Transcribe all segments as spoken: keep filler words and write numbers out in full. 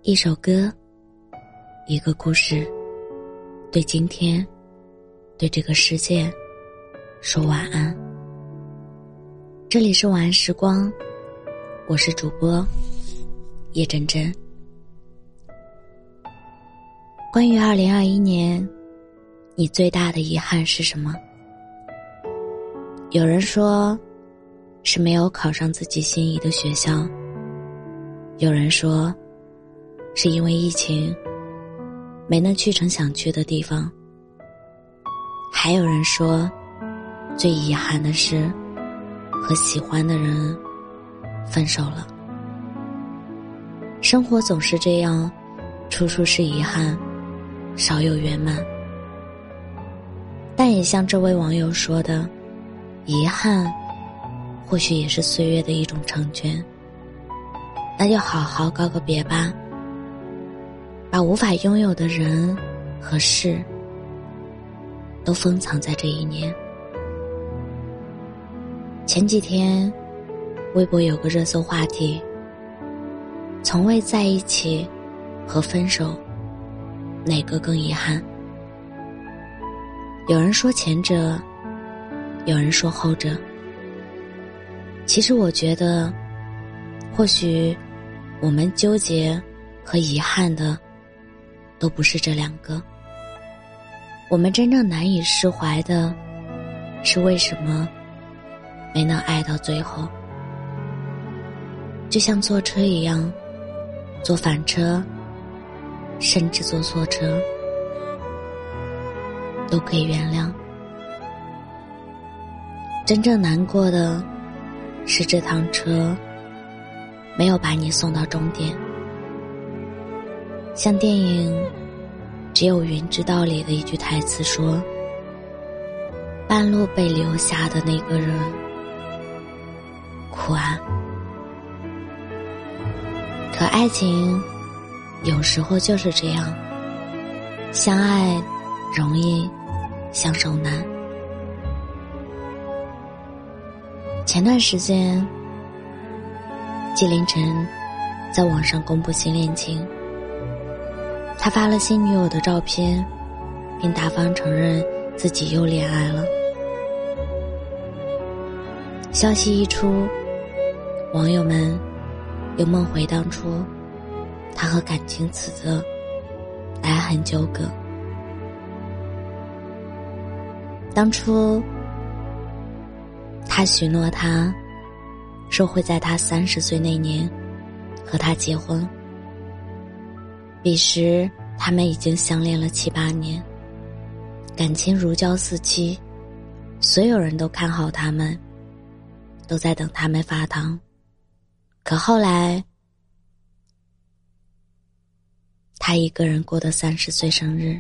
一首歌，一个故事，对今天，对这个世界说晚安。这里是晚安时光，我是主播叶真真。关于二零二一年，你最大的遗憾是什么？有人说是没有考上自己心仪的学校，有人说是因为疫情没能去成想去的地方，还有人说最遗憾的是和喜欢的人分手了。生活总是这样，处处是遗憾，少有圆满。但也像这位网友说的，遗憾或许也是岁月的一种成全。那就好好告个别吧，把无法拥有的人和事都封藏在这一年。前几天微博有个热搜话题，从未在一起和分手哪个更遗憾？有人说前者，有人说后者。其实我觉得，或许我们纠结和遗憾的都不是这两个，我们真正难以释怀的是为什么没能爱到最后。就像坐车一样，坐反车甚至坐错车都可以原谅。真正难过的是这趟车没有把你送到终点。像电影《只有云知道》里的一句台词说，半路被留下的那个人苦啊。可爱情有时候就是这样，相爱容易，相守难。前段时间纪凌尘在网上公布新恋情，他发了新女友的照片，并大方承认自己又恋爱了。消息一出，网友们又梦回当初他和感情死的爱恨纠葛。当初他许诺他说会在他三十岁那年和他结婚，彼时他们已经相恋了七八年，感情如胶似漆，所有人都看好他们，都在等他们发糖。可后来他一个人过的三十岁生日，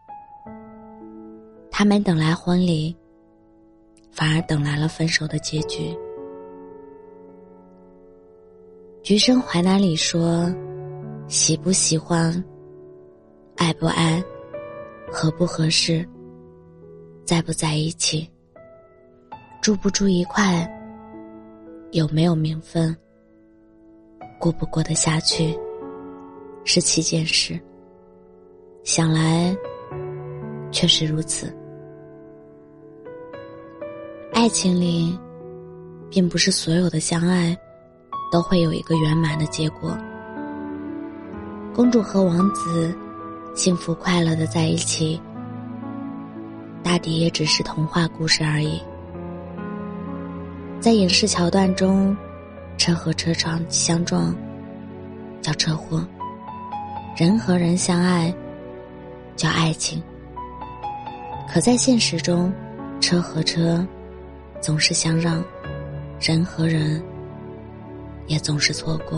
他没等来婚礼，反而等来了分手的结局。橘生淮南里说，喜不喜欢，爱不爱，合不合适，在不在一起，住不住一块，有没有名分，过不过得下去，是七件事。想来确实如此。爱情里并不是所有的相爱都会有一个圆满的结果。公主和王子幸福快乐的在一起，大抵也只是童话故事而已。在影视桥段中，车和车撞相撞叫车祸，人和人相爱叫爱情。可在现实中，车和车总是相让，人和人也总是错过。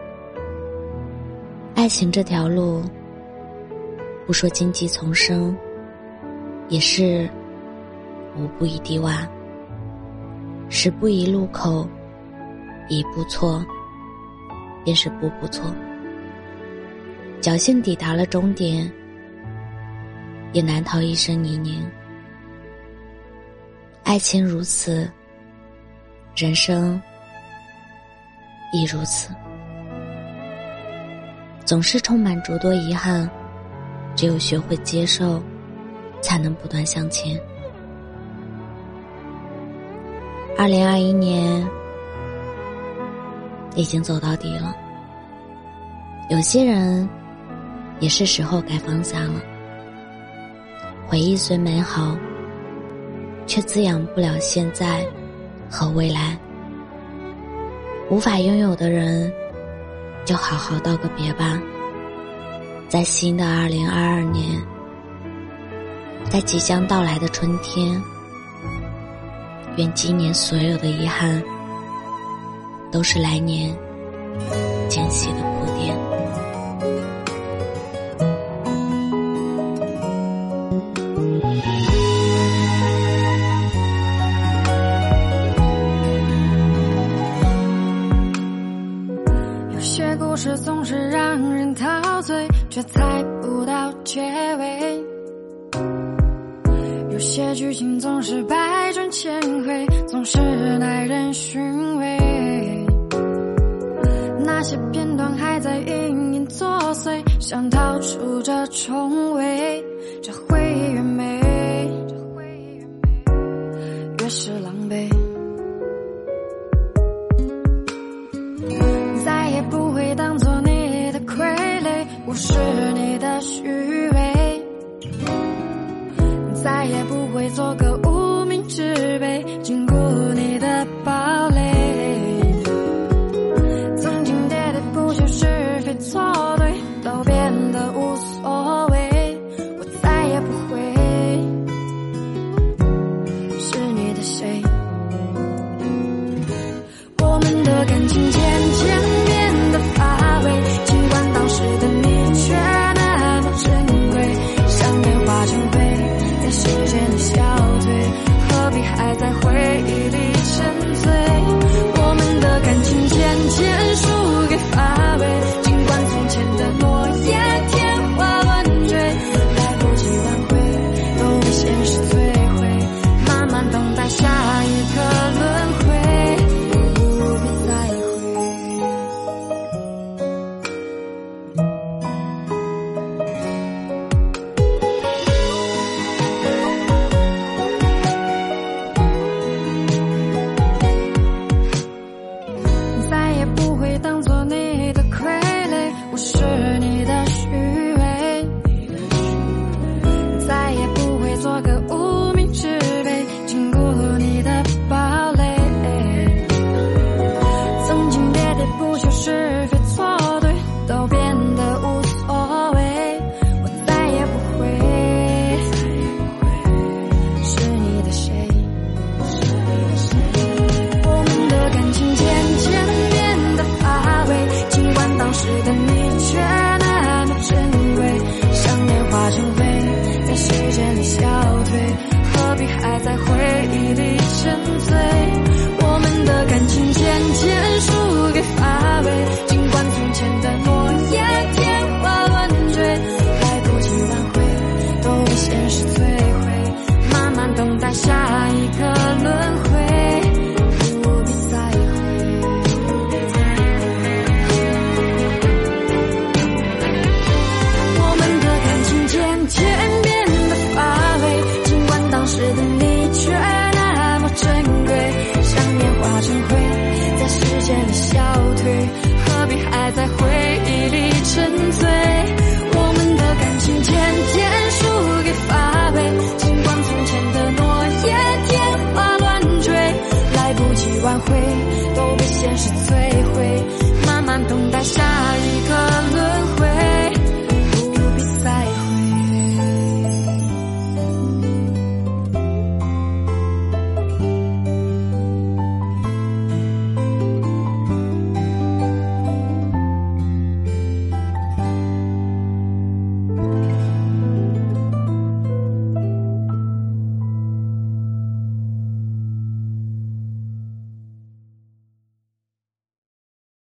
爱情这条路，不说荆棘丛生，也是五步一低洼，十步一路口，一步错便是步步错。侥幸抵达了终点，也难逃一生泥泞。爱情如此，人生亦如此。 总是充满诸多遗憾，只有学会接受，才能不断向前。二零二一年已经走到底了，有些人也是时候该放下了。回忆虽美好，却滋养不了现在和未来。无法拥有的人，就好好道个别吧。在新的二零二二年，在即将到来的春天，愿今年所有的遗憾都是来年惊喜的铺垫。 有些故事总是让人陶醉，却猜不到结尾。有些剧情总是百转千回，总是耐人寻味。那些片段还在隐隐作祟，想逃出这重围，这回忆越美，越是狼狈。再也不会当作你的傀儡，无视你的虚伪，再也不会做个无名之辈，禁锢你的堡垒。曾经喋喋不休，是非错对都变得无所谓，我再也不会是你的谁。我们的感情渐渐变得乏味，尽管当时的你却那么珍贵，像烟化成灰，在时间里消退，何必还在回忆里沉醉。我们的感情渐渐输给乏味，尽管从前的诺言天花乱坠，来不及挽回，都被现实摧毁，慢慢等待下一个轮回，不必再回。再也不会当作你的傀儡，无视你的虚伪，再也不会做个无名之辈，禁锢你的堡垒。曾经喋喋不休，是非错对都变得无所谓，我再也不会是你的谁。我们的感情渐渐变得乏味，尽管当时的你却那么珍贵，像烟化成灰，在时间里消退，何必还在回忆里沉醉。我们的感情渐渐输给乏味，尽管从前的诺言天花乱坠，来不及挽回，都被现实摧毁，慢慢等待下一个轮回，不必再回。我们的感情渐渐变得乏味，尽管当时的你却那么珍贵，像烟化成灰，在时间里消退，何必还在回忆里沉醉。我们的感情渐渐输给乏味，尽管从前的诺言天花乱坠，来不及挽回，都被现实摧毁，慢慢等待下